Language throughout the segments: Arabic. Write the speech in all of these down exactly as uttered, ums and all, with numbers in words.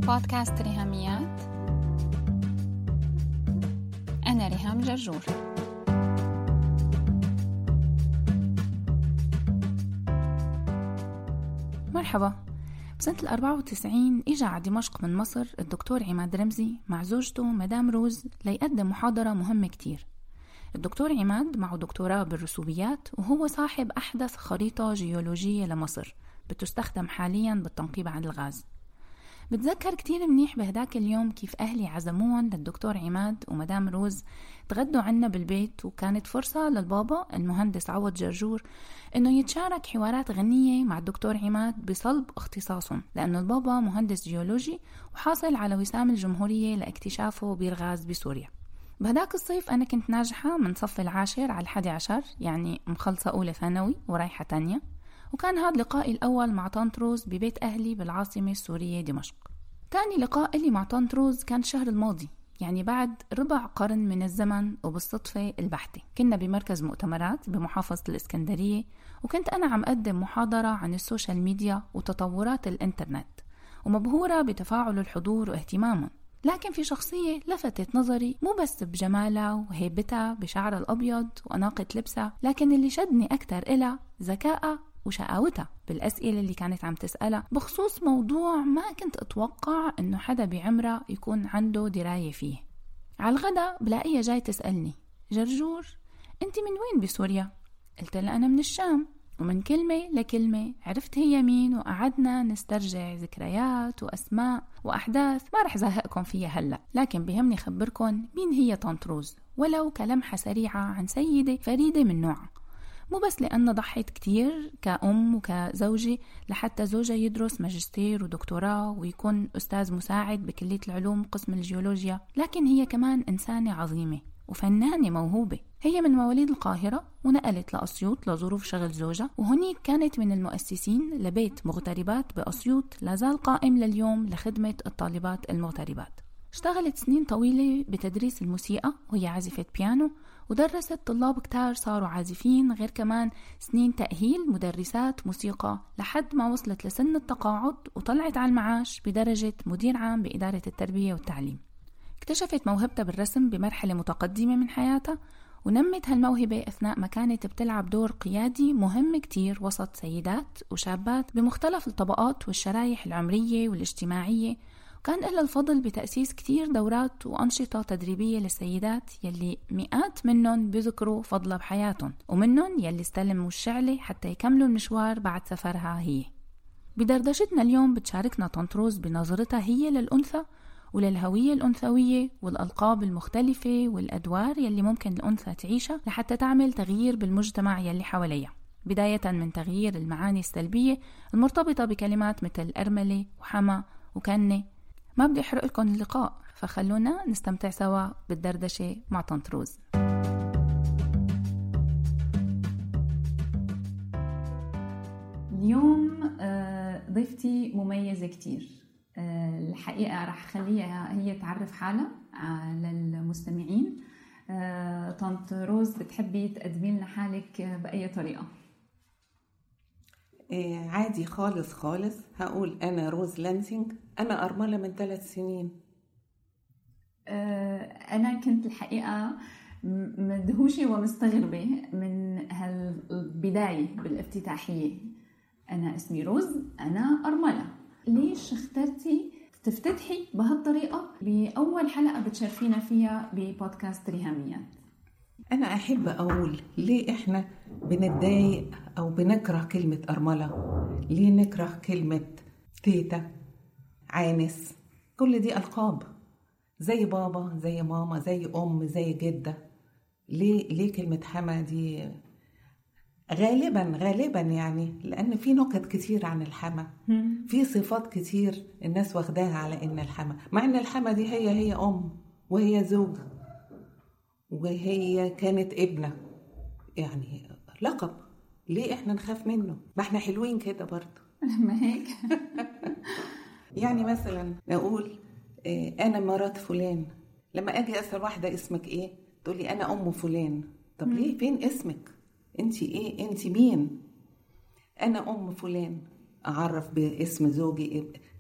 بودكاست ريهاميات. أنا ريهام جرجور. مرحبا. بسنة الأربعة وتسعين إجا على دمشق من مصر الدكتور عماد رمزي مع زوجته مدام روز ليقدم محاضرة مهمة كتير. الدكتور عماد معه دكتوراه بالرسوبيات، وهو صاحب أحدث خريطة جيولوجية لمصر بتستخدم حالياً بالتنقيب عن الغاز. بتذكر كتير منيح بهداك اليوم كيف أهلي عزمون للدكتور عماد ومدام روز تغدوا عنا بالبيت، وكانت فرصة للبابا المهندس عوض جرجور إنه يتشارك حوارات غنية مع الدكتور عماد بصلب اختصاصهم، لأنه البابا مهندس جيولوجي وحاصل على وسام الجمهورية لاكتشافه بالغاز بسوريا. بهداك الصيف أنا كنت ناجحة من صف العاشر على الحادي عشر، يعني مخلصة أولى ثانوي ورايحة تانية، وكان هذا لقائي الأول مع طنط روز ببيت أهلي بالعاصمة السورية دمشق. تاني لقاء لي مع طنط روز كان الشهر الماضي، يعني بعد ربع قرن من الزمن وبالصدفة البحتة. كنا بمركز مؤتمرات بمحافظة الإسكندرية، وكنت أنا عم أقدم محاضرة عن السوشيال ميديا وتطورات الإنترنت، ومبهورة بتفاعل الحضور واهتمامهم. لكن في شخصية لفتت نظري، مو بس بجمالها وهيبتها بشعرها الأبيض وأناقة لبسها، لكن اللي شدني أكتر إلها ذكائها وشقاوتها بالأسئلة اللي كانت عم تسألها بخصوص موضوع ما كنت أتوقع إنه حدا بعمرها يكون عنده دراية فيه. على الغدا بلاقيها جاي تسألني: جرجور، أنت من وين بسوريا؟ قلت لها أنا من الشام. ومن كلمة لكلمة عرفت هي مين، وقعدنا نسترجع ذكريات وأسماء وأحداث ما رح زهقكم فيها هلأ، لكن بهمني خبركم مين هي طنط روز، ولو كلمحة سريعة عن سيدة فريدة من نوعها. مو بس لأن ضحيت كتير كأم وكزوجة لحتى زوجها يدرس ماجستير ودكتوراه ويكون أستاذ مساعد بكلية العلوم قسم الجيولوجيا، لكن هي كمان إنسانة عظيمة وفنانة موهوبة. هي من مواليد القاهرة ونقلت لأسيوط لظروف شغل زوجها، وهنيك كانت من المؤسسين لبيت مغتربات بأسيوط لازال قائم لليوم لخدمة الطالبات المغتربات. اشتغلت سنين طويلة بتدريس الموسيقى وهي عازفة بيانو، ودرست طلاب كتار صاروا عازفين، غير كمان سنين تأهيل مدرسات موسيقى لحد ما وصلت لسن التقاعد وطلعت على المعاش بدرجة مدير عام بإدارة التربية والتعليم. اكتشفت موهبتها بالرسم بمرحلة متقدمة من حياتها، ونمت هالموهبة أثناء ما كانت بتلعب دور قيادي مهم كتير وسط سيدات وشابات بمختلف الطبقات والشرايح العمرية والاجتماعية. كان إلا الفضل بتأسيس كتير دورات وأنشطة تدريبية للسيدات يلي مئات منهم بذكروا فضلها بحياتهم، ومنهم يلي استلموا الشعلة حتى يكملوا المشوار بعد سفرها هي. بدردشتنا اليوم بتشاركنا طنط روز بنظرتها هي للأنثى وللهوية الأنثوية والألقاب المختلفة والأدوار يلي ممكن الأنثى تعيشها لحتى تعمل تغيير بالمجتمع يلي حواليها، بداية من تغيير المعاني السلبية المرتبطة بكلمات مثل أرملة وحما وكنة. ما بدي أحرق لكم اللقاء، فخلونا نستمتع سوا بالدردشة مع طنط روز. اليوم ضيفتي مميزة كتير، الحقيقة رح خليها هي تعرف حالها على المستمعين. طنط روز، بتحبي تقدمي لنا حالك بأي طريقة؟ إيه عادي خالص خالص. هقول أنا روز لانسينج، أنا أرملة من ثلاث سنين. أنا كنت الحقيقة مدهوشة ومستغربة من هالبداية بالافتتاحية. أنا اسمي روز، أنا أرملة. ليش اخترتي تفتتحي بهالطريقة بأول حلقة بتشرفينا فيها ببودكاست ريهاميات؟ أنا أحب أقول ليه إحنا بنتضايق أو بنكره كلمة أرملة، ليه نكره كلمة تيتا، عانس، كل دي ألقاب زي بابا زي ماما زي أم زي جدة. ليه ليه كلمة حما دي؟ غالبا غالبا يعني لأن في نكت كتير عن الحما، في صفات كتير الناس واخداها على إن الحما، مع إن الحما دي هي هي أم وهي زوجة وهي كانت ابنة، يعني لقب. ليه احنا نخاف منه؟ ما احنا حلوين كده برضو. ما هيك. يعني مثلا نقول إيه انا مرات فلان، لما اجي اسال واحده اسمك ايه تقولي انا ام فلان. طب ليه؟ فين اسمك؟ انتي ايه؟ انتي مين؟ انا ام فلان. اعرف باسم زوجي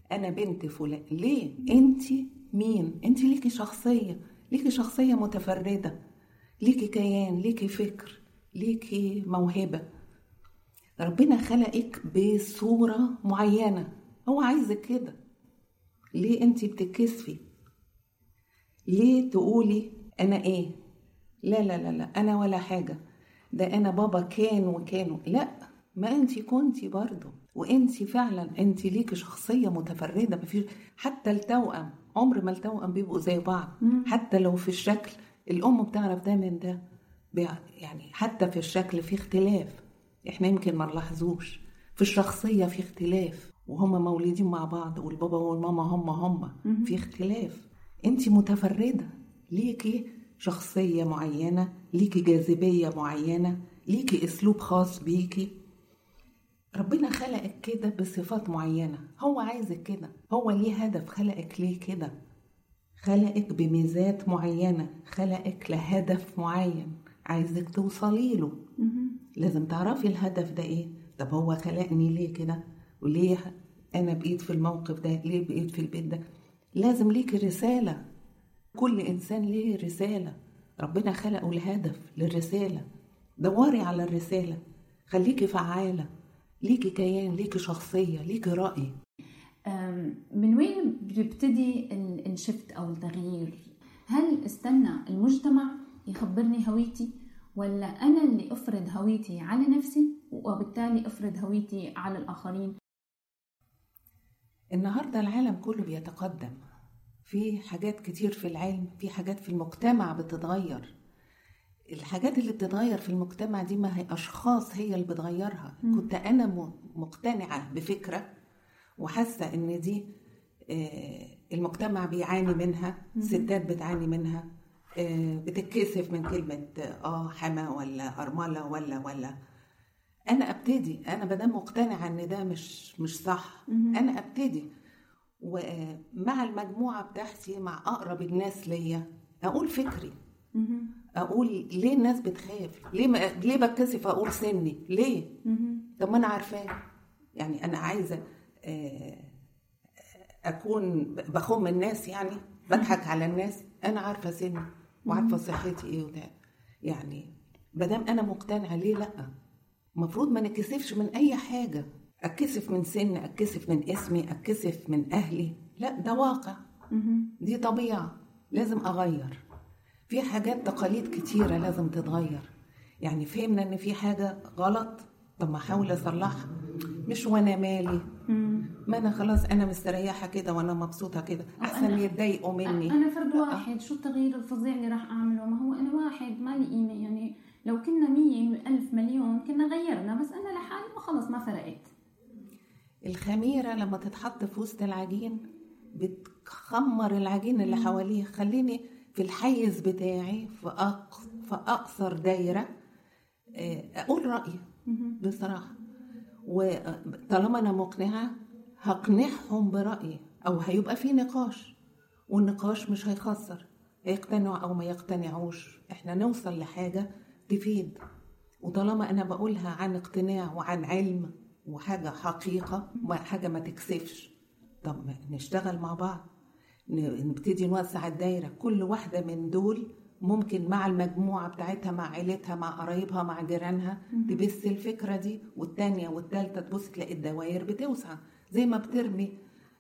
أنا بنت فلان. ليه؟ أنت مين؟ أنت ليكي شخصية، ليكي شخصية متفردة، ليكي كيان، ليكي فكر، ليكي موهبة. ربنا خلقك بصورة معينة، هو عايزك كده. ليه أنت بتكسفي؟ ليه تقولي أنا إيه؟ لا لا لا لا أنا ولا حاجة، ده أنا بابا كان وكانوا. لا، ما أنت كنتي برضو، وأنت فعلا أنت ليكي شخصية متفردة. مفيش حتى التوأم، عمر ما التوأم بيبقوا زي بعض. حتى لو في الشكل الأم بتعرف ده من ده، يعني حتى في الشكل في اختلاف، احنا يمكن ما نلاحظوش. في الشخصية في اختلاف، وهم مولودين مع بعض، والبابا والماما هم هم في اختلاف. انت متفردة، ليكي شخصية معينة، ليكي جاذبية معينة، ليكي اسلوب خاص بيكي. ربنا خلقك كده بصفات معينة، هو عايزك كده، هو ليه هدف خلقك ليه كده. خلقك بميزات معينة، خلقك لهدف معين عايزك توصلي له. لازم تعرفي الهدف ده ايه. طب هو خلقني ليه كده، وليه انا بقيت في الموقف ده، ليه بقيت في البيت ده. لازم ليكي رسالة، كل انسان ليه رسالة، ربنا خلقه لهدف، للرسالة. دوري على الرسالة، خليكي فعالة، ليكي كيان، ليكي شخصية، ليكي رأي. من وين بيبتدي الشفت أو التغيير؟ هل استنى المجتمع يخبرني هويتي، ولا أنا اللي أفرض هويتي على نفسي وبالتالي أفرض هويتي على الآخرين؟ النهاردة العالم كله بيتقدم، في حاجات كتير في العلم، في حاجات في المجتمع بتتغير. الحاجات اللي بتتغير في المجتمع دي ما هي أشخاص هي اللي بتغيرها. م. كنت أنا مقتنعة بفكرة وحاسة إن دي المجتمع بيعاني منها، م. ستات بتعاني منها، بتتكسف من كلمة آه حما ولا أرملة ولا ولا أنا أبتدي، أنا بدام مقتنعة إن ده مش مش صح، م. أنا أبتدي ومع المجموعة بتاعتي، مع أقرب الناس ليا، أقول فكري، اقول ليه الناس بتخاف، ليه ما... ليه بتكسف اقول سني ليه. طب ما انا عارفاه، يعني انا عايزه اكون بخم الناس، يعني بضحك على الناس. انا عارفه سني وعارفه صحتي ايه وده، يعني بدام انا مقتنعه ليه لا. المفروض ما نكسفش من اي حاجه، اتكسف من سن، اتكسف من اسمي، اتكسف من اهلي، لا ده واقع، دي طبيعه لازم اغير. في حاجات تقاليد كتيرة لازم تتغير، يعني فهمنا ان في حاجة غلط، طب ما احاول اصلحها، مش وانا مالي، ما انا خلاص انا مستريحة كده وانا مبسوطة كده، احسن يتضايقوا مني. انا فرد واحد، شو التغيير الفظيع اللي راح اعمله؟ ما هو انا واحد ما لي قيمة، يعني لو كنا مية الف مليون كنا غيرنا، بس انا لحالي وخلص ما فرقت. الخميرة لما تتحط في وسط العجين بتخمر العجين اللي حواليه. خليني في الحيز بتاعي، في, أق... في أقصر دايرة أقول رأيي بصراحة، وطالما أنا مقنعة هقنعهم برأيي، أو هيبقى في نقاش، والنقاش مش هيخسر، هيقتنعوا أو ما يقتنعوش، إحنا نوصل لحاجة تفيد. وطالما أنا بقولها عن اقتناع وعن علم وحاجة حقيقة، حاجة ما تكسفش، طب نشتغل مع بعض، نبتدي نوسع الدايرة. كل واحدة من دول ممكن مع المجموعة بتاعتها، مع عيلتها، مع قرايبها، مع جيرانها، تبث الفكرة دي، والتانية والتالتة تبص تلاقي الدوائر بتوسع. زي ما بترمي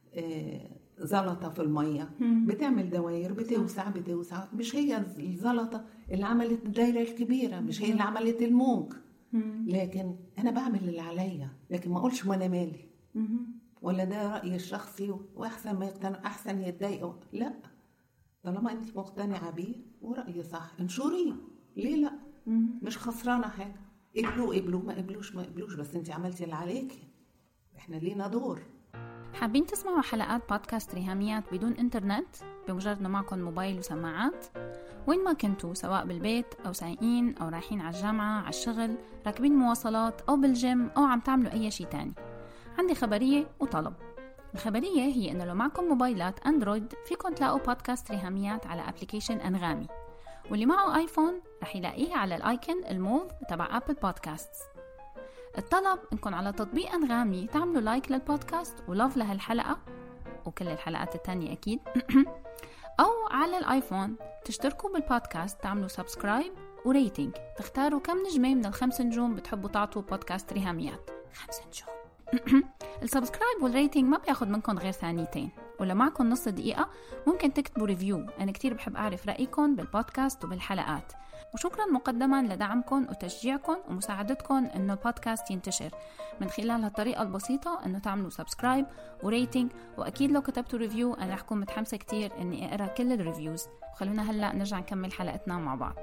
زلطة في المية بتعمل دوائر بتوسع بتوسع. مش هي الزلطة اللي عملت الدايرة الكبيرة، مش هي اللي عملت الموج، لكن أنا بعمل اللي عليا، لكن ما أقولش وانا مالي، ولا ده رأيي الشخصي وأحسن ما يقتنع أحسن يتضايقوا. لا، طالما أنت مقتنعة بيه ورأيي صح انشريه، ليه لا؟ مش خسرانة حاجة. قبلوا قبلوا، ما قبلوش ما قبلوش، بس أنت عملتي اللي عليكي، إحنا لينا دور. حابين تسمعوا حلقات بودكاست ريهاميات بدون إنترنت بمجرد إنه معكم موبايل وسماعات؟ وين ما كنتوا، سواء بالبيت أو سايقين أو رايحين على الجامعة، على الشغل، راكبين مواصلات أو بالجيم أو عم تعملوا أي شيء تاني، عندي خبرية وطلب. الخبرية هي إنه لو معكم موبايلات أندرويد فيكم تلاقوا بودكاست ريهاميات على أبليكيشن أنغامي، واللي معه آيفون رح يلاقيه على الآيكون الموف تبع أبل بودكاست. الطلب إنكم على تطبيق أنغامي تعملوا لايك للبودكاست ولوف لهالحلقة، وكل الحلقات التانية أكيد أو على الآيفون تشتركوا بالبودكاست، تعملوا سبسكرايب وريتينج، تختاروا كم نجمة من الخمس نجوم بتحبوا تعطوا بودكاست ريهاميات. خمس نجوم. السبسكرايب والريتينج ما بياخد منكم غير ثانيتين، ولا معكم نص دقيقة ممكن تكتبوا ريفيو. أنا كتير بحب أعرف رأيكم بالبودكاست وبالحلقات. وشكرا مقدما لدعمكم وتشجيعكم ومساعدتكم إنه البودكاست ينتشر من خلال هالطريقة البسيطة، إنه تعملوا سبسكرايب وريتينج. وأكيد لو كتبتوا ريفيو أنا رح أكون متحمسة كتير إني أقرأ كل الريفيوز. وخلونا هلأ نرجع نكمل حلقتنا مع بعض.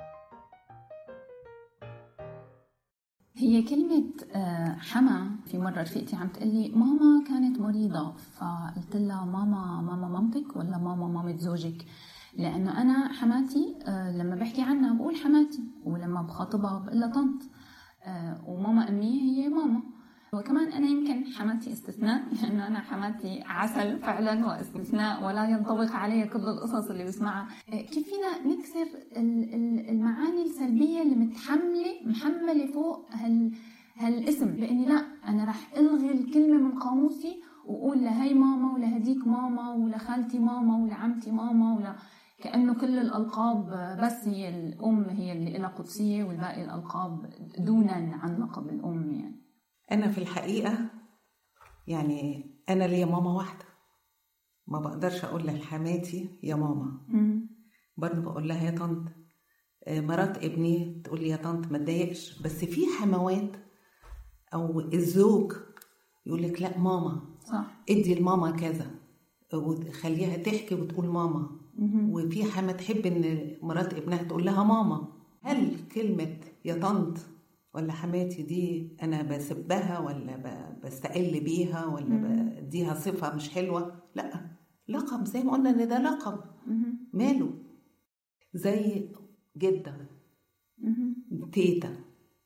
هي كلمة حما، في مرة رفيقتي عم تقلي ماما كانت مريضة، فقلت لها ماما ماما مامتك ولا ماما مامة زوجك؟ لأنه أنا حماتي لما بحكي عنها بقول حماتي، ولما بخاطبها بقول لها طنط، وماما أمي هي ماما. وكمان أنا يمكن حماتي استثناء، لأنه أنا حماتي عسل فعلا واستثناء ولا ينطبق علي كل القصص اللي بسمعها. كيف فينا نكسر المعاني السلبية اللي متحملة محملة فوق هال هالاسم، بإني لا أنا رح ألغي الكلمة من قاموسي وأقول لهي ماما ولهديك ماما ولخالتي ماما ولعمتي ماما، ولا كأنه كل الألقاب بس هي الأم هي اللي لها قدسية والباقي الألقاب دونا عن لقب الأم. يعني أنا في الحقيقة يعني أنا ليا ماما واحدة، ما بقدرش أقول لحماتي يا ماما، برضه بقول لها يا طنط. مرات ابني تقول لي يا طنط ما تضايقش، بس في حموات أو الزوج يقول لك لا ماما صح، ادي الماما كذا وخليها تحكي وتقول ماما. وفي حما تحب ان مرات ابنها تقول لها ماما. هل كلمة يا طنط ولا حماتي دي انا بسبها ولا بستقل بيها ولا بديها صفة مش حلوة؟ لا، لقب زي ما قلنا ان ده لقب. ماله؟ زي جدة، تيتا،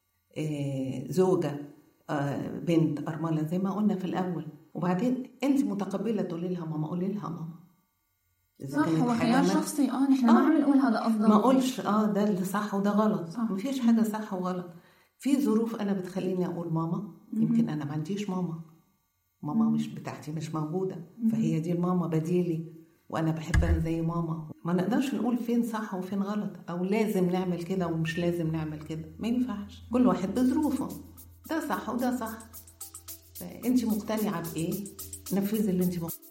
آه، زوجة، آه، بنت، أرملة، زي ما قلنا في الأول. وبعدين انت متقبلة تقولي لها ماما، قولي لها ماما. صح، هو خيار شخصي. اه نحن آه. ما عم نقول هذا افضل، ما اقولش اه ده اللي صح وده غلط. ما فيش حاجه صح وغلط. في ظروف انا بتخليني اقول ماما. م-م. يمكن انا ما عنديش ماما، ماما م-م. مش بتاعتي مش موجوده، م-م. فهي دي الماما بديلي وانا بحبها زي ماما. ما نقدرش نقول فين صح وفين غلط، او لازم نعمل كده ومش لازم نعمل كده. ما ينفعش، كل واحد بظروفه، ده صح وده صح. انت مقتنعه بايه نفذي اللي انت مقتنعه.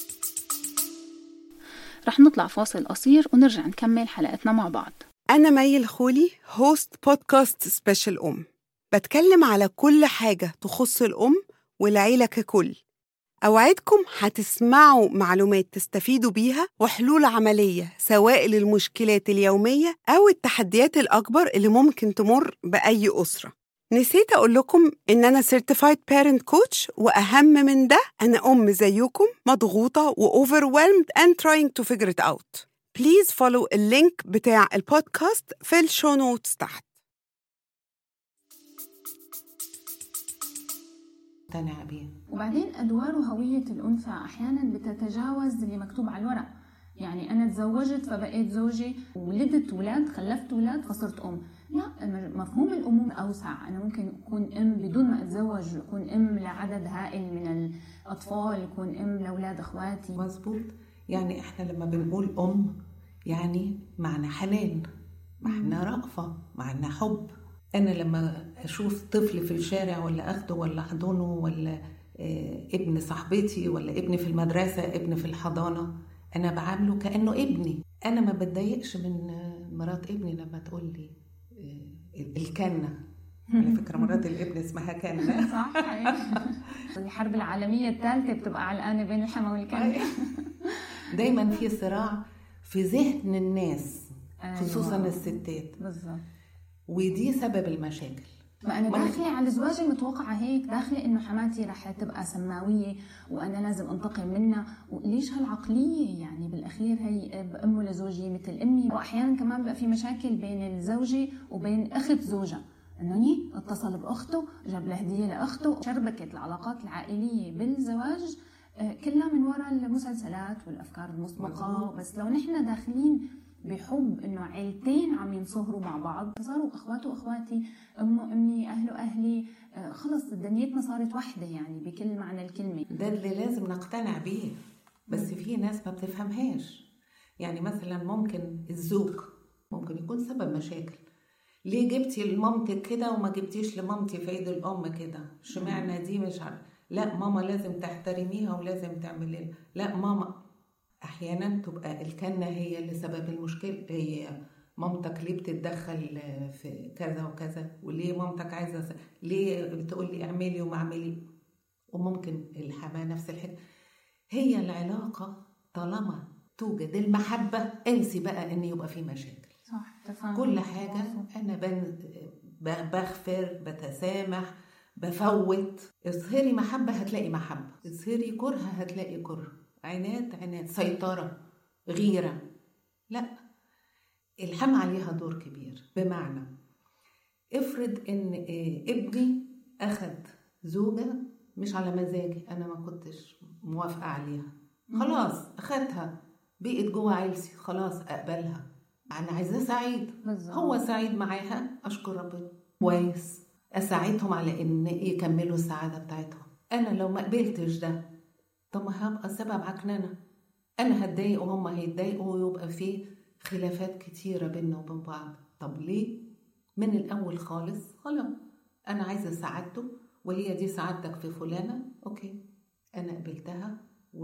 رح نطلع فاصل قصير ونرجع نكمل حلقتنا مع بعض. أنا مي الخولي، هوست بودكاست سبيشال أم. بتكلم على كل حاجة تخص الأم والعيلة ككل. أوعدكم هتسمعوا معلومات تستفيدوا بيها وحلول عملية، سواء للمشكلات اليومية أو التحديات الأكبر اللي ممكن تمر بأي أسرة. نسيت أقول لكم إن أنا Certified Parent Coach، وأهم من ده أنا أم زيكم مضغوطة و overwhelmed and trying to figure it out. Please follow اللينك بتاع البودكاست في الشو نوتس تحت. وبعدين أدوار وهوية الأنثى أحياناً بتتجاوز اللي مكتوب على الورق. يعني أنا تزوجت فبقيت زوجي، ولدت ولاد، خلفت ولاد فصرت أم. لا، مفهوم الأمومة أوسع. أنا ممكن أكون أم بدون ما أتزوج، أكون أم لعدد هائل من الأطفال، أكون أم لأولاد أخواتي. مظبوط. يعني إحنا لما بنقول أم يعني معنى حنان، معنى رأفة، معنى حب. أنا لما أشوف طفل في الشارع ولا أخده ولا أحضنه ولا ابن صاحبتي ولا ابن في المدرسة، ابن في الحضانة، أنا بعامله كأنه ابني. أنا ما بتضايقش من مرات ابني لما تقول لي الكنة. على فكرة مرات الابن اسمها كنة. صح. الحرب العالمية الثالثة بتبقى علقانة بين الحما والكنة. دايما في صراع في ذهن الناس، خصوصا الستات. بالظبط. ودي سبب المشاكل. ما أنا داخلة على الزواج المتوقعة هيك، داخلة إنه حماتي رح تبقى سماوية وأنا لازم أنتقم منها. وليش هالعقلية؟ يعني بالأخير هي أمه لزوجي مثل أمي. وأحيانا كمان بقى في مشاكل بين الزوجة وبين أخت زوجها، إنه يه اتصل بأخته، جاب له هدية لأخته. شربكة العلاقات العائلية بالزواج كلها من وراء المسلسلات والأفكار المسبقة. بس لو نحن داخلين بحب إنه عيلتين عم ينصهروا مع بعض، صاروا أخواته وأخواتي، أمه أمي، أهله أهلي، خلص دنيتنا صارت واحدة يعني بكل معنى الكلمة. ده اللي لازم نقتنع بيه. بس في ناس ما بتفهمهاش. يعني مثلا ممكن الزوج ممكن يكون سبب مشاكل. ليه جبتي لمامتك كده وما جبتيش لمامتي في عيد الام كده؟ اشمعنى دي مش عارف. لا ماما لازم تحترميها ولازم تعملي. لا ماما احيانا تبقى الكنه هي اللي سبب المشكله. هي مامتك ليه بتتدخل في كذا وكذا، وليه مامتك عايزه س... ليه بتقول لي اعملي وما اعملي. وممكن الحماه نفس الحاجه. هي العلاقه طالما توجد المحبه، انسي بقى ان يبقى في مشاكل. صح. تفهم. كل حاجه انا بن... بغفر، بتسامح، بفوت. اظهري محبه هتلاقي محبه، اظهري كره هتلاقي كره. عناد عناد، سيطره، غيره. لا، الحم عليها دور كبير. بمعنى افرض ان ابني اخد زوجة مش على مزاجي، انا ما كنتش موافقة عليها، خلاص اخدها بقت جوه عيلتي، خلاص اقبلها. انا عايزاه سعيد، هو سعيد معاها، اشكر ربنا كويس، اساعدهم على ان يكملوا السعادة بتاعتهم. انا لو ما قبلتش ده، طب ما هبقى سبب عكننة. انا هتضايق وهم هيتضايقوا ويبقى فيه خلافات كتيرة بيننا وبين بعض. طب ليه؟ من الأول خالص خلاص أنا عايزة سعادته وهي دي سعادتك في فلانة، أوكي أنا قبلتها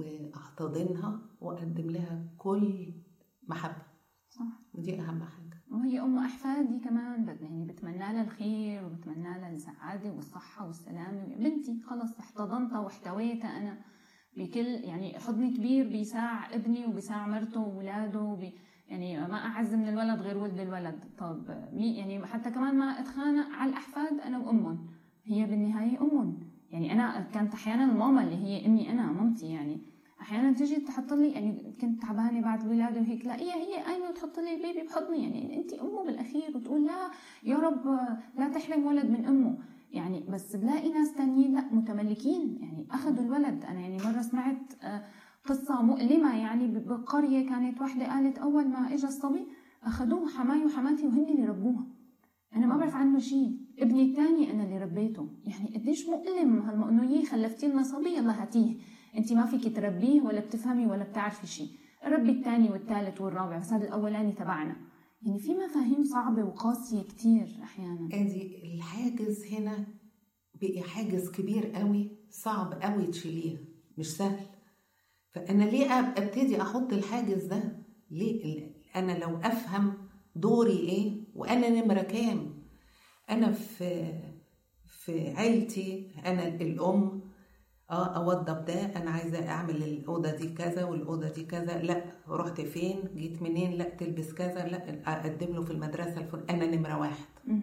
وأحتضنها وأقدم لها كل محبة. صح. ودي أهم حاجة. وهي أم أحفادي كمان بت يعني بتمنى لها الخير وبتمنى لها السعادة والصحة والسلامة. بنتي خلاص احتضنتها واحتويتها أنا بكل يعني حضن كبير بيساع ابني وبيساع مرته وولاده وبي يعني ما أعز من الولد غير ولد الولد. طب مي يعني حتى كمان ما أتخانق على الأحفاد أنا وأمهم، هي بالنهاية أمهم. يعني أنا كانت أحيانا ماما اللي هي أمي أنا مامتي يعني أحيانا تيجي تحط لي يعني كنت تعبانة بعد ولادة وهيك لا هي هي قايمة وتحط لي البيبي بحضني يعني أنت أمه بالأخير وتقول لا يا رب لا تحرم ولد من أمه يعني. بس بلاقي ناس تانيين لا متملكين يعني أخذوا الولد. أنا يعني مرة سمعت قصة مؤلمة يعني بقرية كانت واحدة قالت أول ما إجا الصبي أخذوه حماي وحماتي وهن اللي ربوها، أنا ما بعرف عنه شيء، ابني الثاني أنا اللي ربيته. يعني قديش مؤلم هالمؤنوية، خلفتي لنا صبي يلا هاتيه، أنت ما فيك تربيه ولا بتفهمي ولا بتعرفي شيء، ربي الثاني والثالث والرابع بس هذا الأولاني تبعنا. يعني في مفاهيم صعبة وقاسية كتير أحيانا. ادي الحاجز هنا بقي حاجز كبير قوي، صعب قوي تشيليه، مش سهل. فأنا ليه أبتدي أحط الحاجز ده؟ ليه؟ أنا لو أفهم دوري إيه وأنا نمرة كام. أنا في في عيلتي أنا الأم، آه أوضب ده، أنا عايزة أعمل الأوضة دي كذا والأوضة دي كذا، لا رحت فين جيت منين، لا تلبس كذا، لا أقدم له في المدرسة الفل. أنا نمرة واحد.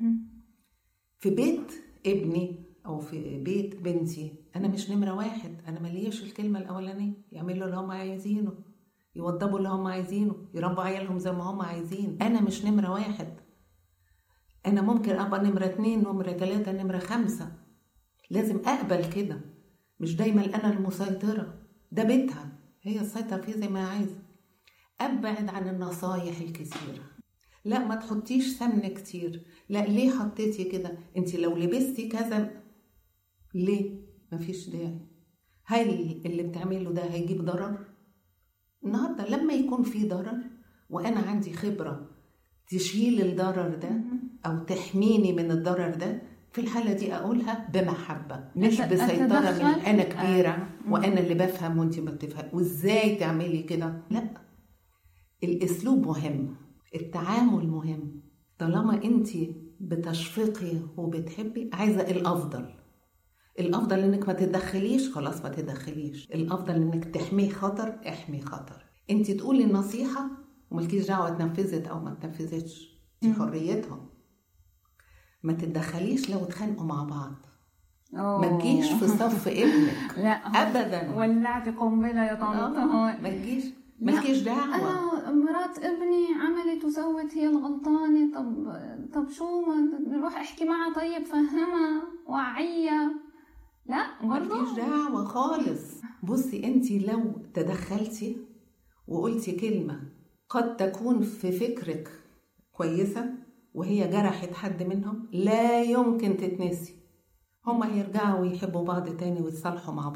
في بيت ابني أو في بيت بنتي أنا مش نمرة واحد، أنا مليش الكلمة الأولانية. يعملوا اللي هم عايزينه، يوضبوا اللي هم عايزينه، يربوا عيالهم زي ما هم عايزين. أنا مش نمرة واحد، أنا ممكن أبقى نمرة اتنين، نمرة تلاتة، نمرة خمسة. لازم أقبل كده، مش دايما أنا المسيطرة. ده بيتها هي تسيطر فيه زي ما عايزة. أبعد عن النصايح الكثيرة. لا ما تحطيش سمن كتير، لا ليه حطيتي كده، انت لو لبستي كذا ليه؟ مفيش داعي. هل اللي بتعمله ده هيجيب ضرر؟ النهاردة لما يكون في ضرر وأنا عندي خبرة تشيل الضرر ده أو تحميني من الضرر ده، في الحالة دي أقولها بمحبة، مش بسيطرة من أنا كبيرة وأنا اللي بفهم وانت ما بتفهم وإزاي تعملي كده. لا، الأسلوب مهم، التعامل مهم. طالما انت بتشفقي وبتحبي، عايزة الأفضل. الأفضل إنك ما تدخليش، خلاص ما تدخليش. الأفضل إنك تحمي خطر، احمي خطر. انت تقولي النصيحة وملكيش دعوة تنفذت أو ما تنفذتش، دي حريتهم. ما تتدخليش لو اتخانقوا مع بعض. أوه. ما تجيش في صف ابنك. لا أبدا. ولعتي قنبلة يا طنط. ما تجيش، مالكيش دعوة. أنا مرات ابني عملت وسوت هي الغلطانة. طب طب شو ما نروح احكي معها؟ طيب فهمها وعيها. لا برضه مالكيش دعوة خالص. بصي انت لو تدخلتي وقلتي كلمة قد تكون في فكرك كويسة وهي جرحت حد منهم، لا يمكن تتنسي. هما هيرجعوا ويحبوا بعض تاني ويتصالحوا مع بعض.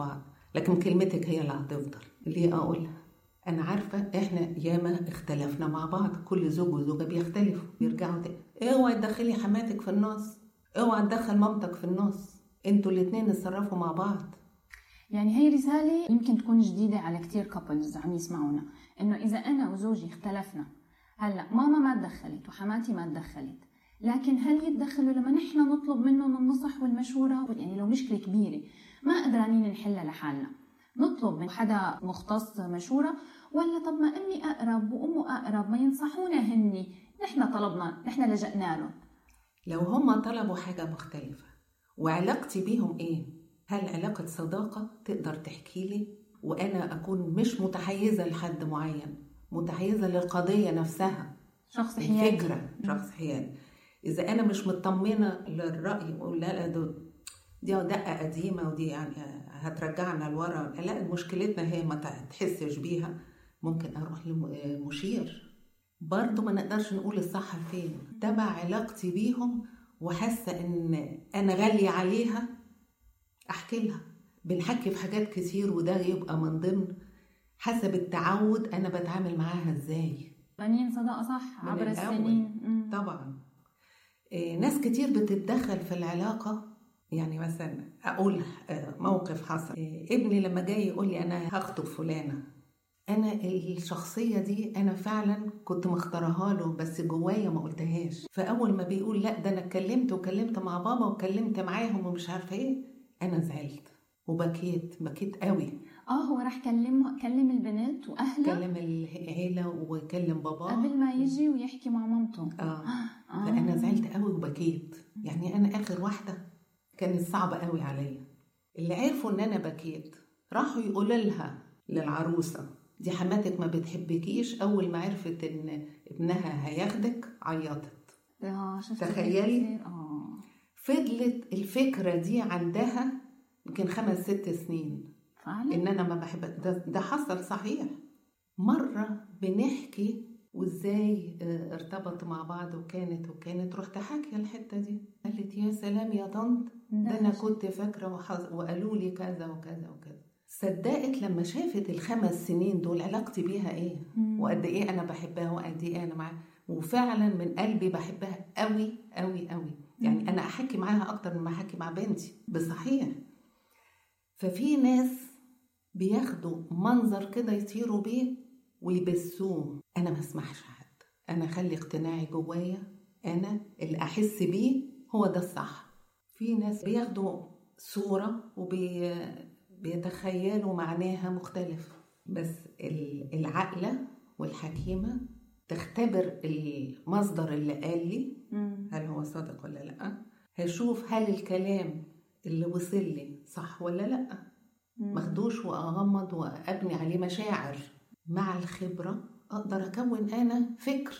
لكن كلمتك هي اللي هتفضل. ليه أقولها؟ أنا عارفة إحنا ياما اختلفنا مع بعض، كل زوج وزوجة بيختلفوا بيرجعوا تاني. اوعي تدخلي حماتك في النص، اوعي تدخل مامتك في النص، انتوا الاتنين اتصرفوا مع بعض. يعني هي رسالة يمكن تكون جديدة على كتير كابلز عم يسمعونا، إنه إذا أنا وزوجي اختلفنا، هلأ ماما ما تدخلت وحماتي ما تدخلت، لكن هل يتدخلوا لما نحن نطلب منهم النصح والمشورة؟ يعني لو مشكلة كبيرة ما قدرانين نحلها لحالنا، نطلب من حدا مختص مشورة، ولا طب ما أمي أقرب وأمه أقرب ما ينصحونا هني، نحن طلبنا، نحن لجأنا لهم. لو هم طلبوا حاجة مختلفة وعلاقتي بيهم إيه؟ هل علاقة صداقة تقدر تحكي لي وأنا أكون مش متحيزة لحد معين، متحيزة للقضية نفسها، شخص حيادي، الفكرة شخص حيادي. إذا أنا مش مطمنة للرأي وأقول لا لا دي دقة قديمة ودي يعني هترجعنا لورا، لا مشكلتنا هي ما تحسش بيها، ممكن أروح لمشير. برضو ما نقدرش نقول الصح فين، تبع علاقتي بيهم وحاسة إن أنا غالية عليها أحكي لها. بنحكي في حاجات كتير وده يبقى من ضمن حسب التعود أنا بتعامل معاها إزاي. بنين صداقة صح عبر السنين. طبعا إيه، ناس كتير بتتدخل في العلاقة. يعني مثلا أقول موقف حصل، إيه، ابني لما جاي يقول لي أنا هخطب فلانة، أنا الشخصية دي أنا فعلا كنت مختارها له بس جوايا ما قلتهاش. فأول ما بيقول لا ده أنا اتكلمت وكلمت مع بابا وكلمت معاهم ومش عارفة إيه، أنا زعلت وبكيت بكيت قوي. اه هو راح كلم كلم البنات واهلها، كلم العيله وكلم باباه قبل ما يجي ويحكي مع مامته. اه, آه. فانا زعلت قوي وبكيت. يعني انا اخر واحده كانت صعبه قوي عليا. اللي عرفوا ان انا بكيت راحوا يقولوا لها للعروسه دي حماتك ما بتحبكيش، اول ما عرفت ان ابنها هياخدك عيطت. اه شفت تخيلي. اه فضلت الفكره دي عندها يمكن خمس ست سنين فعلا؟ ان انا ما بحب ده, ده حصل صحيح. مره بنحكي وازاي ارتبطوا مع بعض وكانت وكانت رحت حاكيه الحته دي، قالت يا سلام يا طنط ده انا كنت فاكره وقالوا لي كذا وكذا وكذا. صدقت لما شافت الخمس سنين دول علاقتي بيها ايه وقد ايه انا بحبها وقد ايه انا معاها، وفعلا من قلبي بحبها قوي قوي قوي. يعني انا احكي معاها اكتر من ما احكي مع بنتي بصحيح. ففي ناس بياخدوا منظر كده يطيروا بيه ويبسوه. انا ما اسمحش حد، انا خلي اقتناعي جوايا، انا اللي احس بيه هو ده الصح. في ناس بياخدوا صورة وبيتخيلوا معناها مختلف، بس العقلة والحكيمة تختبر المصدر اللي قال لي هل هو صادق ولا لا، هشوف هل الكلام اللي وصل لي صح ولا لا، مخدوش وأغمض وأبني عليه مشاعر. مع الخبرة أقدر أكون أنا فكر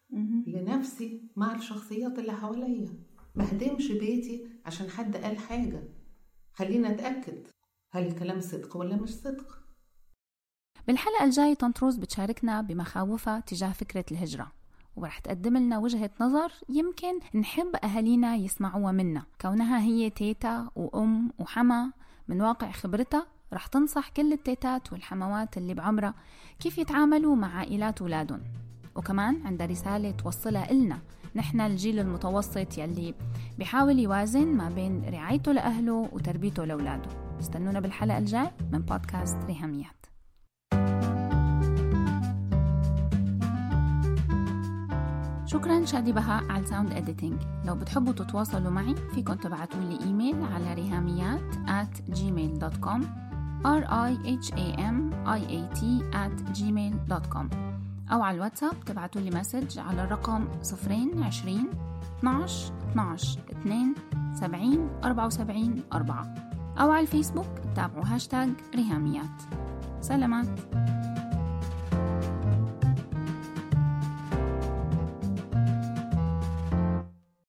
لنفسي مع الشخصيات اللي حواليا. ما هدمش بيتي عشان حد قال حاجة، خلينا نتأكد هل الكلام صدق ولا مش صدق. بالحلقة الجاية طنط روز بتشاركنا بمخاوفها تجاه فكرة الهجرة، ورح تقدم لنا وجهة نظر يمكن نحب أهالينا يسمعوها منا، كونها هي تيتا وأم وحما. من واقع خبرتها رح تنصح كل التيتات والحموات اللي بعمرها كيف يتعاملوا مع عائلات أولادهم، وكمان عندها رسالة توصلها إلنا نحن الجيل المتوسط يلي بيحاول يوازن ما بين رعايته لأهله وتربيته لأولاده. استنونا بالحلقة الجاي من بودكاست ريهاميات. شكراً شادي بهاء على الساوند إديتينج. لو بتحبوا تتواصلوا معي فيكن تبعتوا لي إيميل على ريهاميات at gmail dot com r i h a m i a t at gmail dot com أو على الواتساب تبعتوا لي مسج على الرقم صفرين عشرين اثناش اثناش اثنين سبعين أربعة وسبعين أربعة، أو على الفيسبوك تابعوا هاشتاج ريهاميات. سلامات.